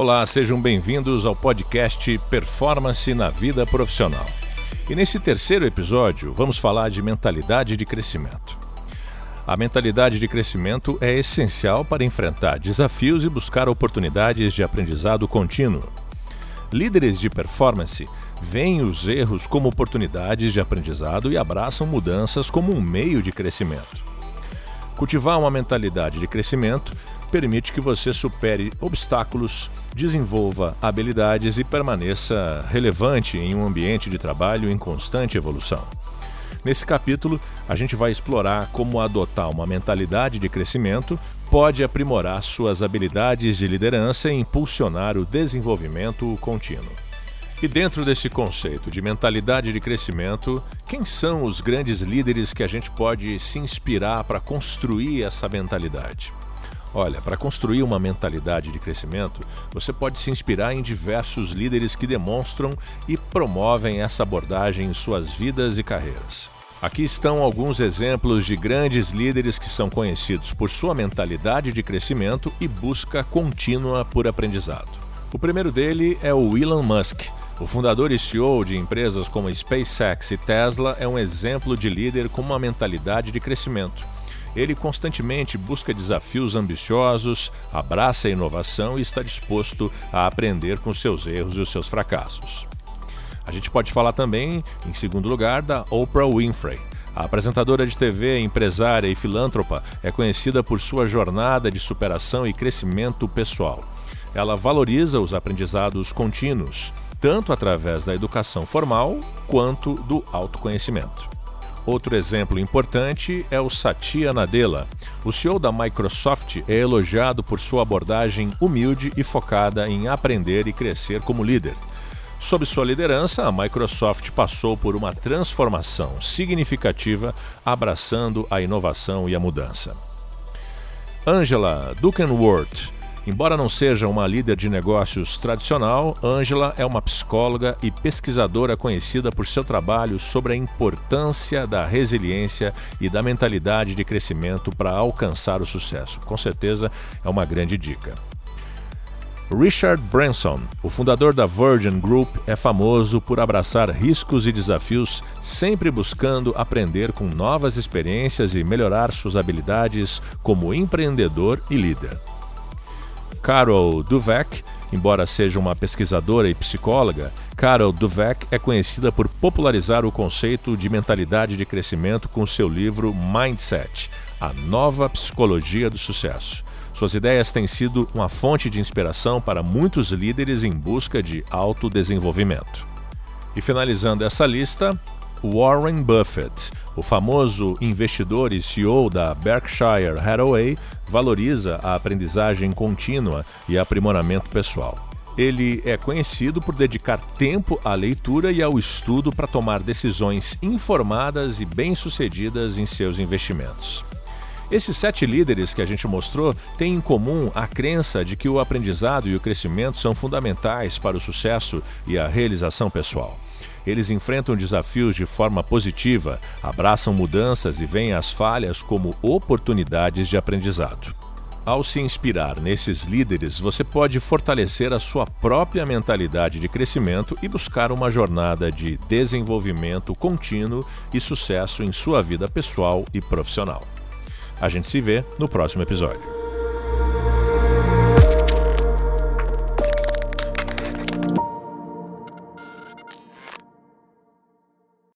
Olá, sejam bem-vindos ao podcast Performance na Vida Profissional. E nesse terceiro episódio, vamos falar de mentalidade de crescimento. A mentalidade de crescimento é essencial para enfrentar desafios e buscar oportunidades de aprendizado contínuo. Líderes de performance veem os erros como oportunidades de aprendizado e abraçam mudanças como um meio de crescimento. Cultivar uma mentalidade de crescimento permite que você supere obstáculos, desenvolva habilidades e permaneça relevante em um ambiente de trabalho em constante evolução. Nesse capítulo, a gente vai explorar como adotar uma mentalidade de crescimento pode aprimorar suas habilidades de liderança e impulsionar o desenvolvimento contínuo. E dentro desse conceito de mentalidade de crescimento, quem são os grandes líderes que a gente pode se inspirar para construir essa mentalidade? Olha, para construir uma mentalidade de crescimento, você pode se inspirar em diversos líderes que demonstram e promovem essa abordagem em suas vidas e carreiras. Aqui estão alguns exemplos de grandes líderes que são conhecidos por sua mentalidade de crescimento e busca contínua por aprendizado. O primeiro dele é o Elon Musk. O fundador e CEO de empresas como SpaceX e Tesla é um exemplo de líder com uma mentalidade de crescimento. Ele constantemente busca desafios ambiciosos, abraça a inovação e está disposto a aprender com seus erros e os seus fracassos. A gente pode falar também, em segundo lugar, da Oprah Winfrey. A apresentadora de TV, empresária e filântropa é conhecida por sua jornada de superação e crescimento pessoal. Ela valoriza os aprendizados contínuos, tanto através da educação formal quanto do autoconhecimento. Outro exemplo importante é o Satya Nadella. O CEO da Microsoft é elogiado por sua abordagem humilde e focada em aprender e crescer como líder. Sob sua liderança, a Microsoft passou por uma transformação significativa, abraçando a inovação e a mudança. Angela Duckworth. Embora não seja uma líder de negócios tradicional, Angela é uma psicóloga e pesquisadora conhecida por seu trabalho sobre a importância da resiliência e da mentalidade de crescimento para alcançar o sucesso. Com certeza é uma grande dica. Richard Branson, o fundador da Virgin Group, é famoso por abraçar riscos e desafios, sempre buscando aprender com novas experiências e melhorar suas habilidades como empreendedor e líder. Carol Dweck, embora seja uma pesquisadora e psicóloga, Carol Dweck é conhecida por popularizar o conceito de mentalidade de crescimento com seu livro Mindset, a nova psicologia do sucesso. Suas ideias têm sido uma fonte de inspiração para muitos líderes em busca de autodesenvolvimento. E finalizando essa lista, Warren Buffett, o famoso investidor e CEO da Berkshire Hathaway, valoriza a aprendizagem contínua e aprimoramento pessoal. Ele é conhecido por dedicar tempo à leitura e ao estudo para tomar decisões informadas e bem-sucedidas em seus investimentos. Esses 7 líderes que a gente mostrou têm em comum a crença de que o aprendizado e o crescimento são fundamentais para o sucesso e a realização pessoal. Eles enfrentam desafios de forma positiva, abraçam mudanças e veem as falhas como oportunidades de aprendizado. Ao se inspirar nesses líderes, você pode fortalecer a sua própria mentalidade de crescimento e buscar uma jornada de desenvolvimento contínuo e sucesso em sua vida pessoal e profissional. A gente se vê no próximo episódio.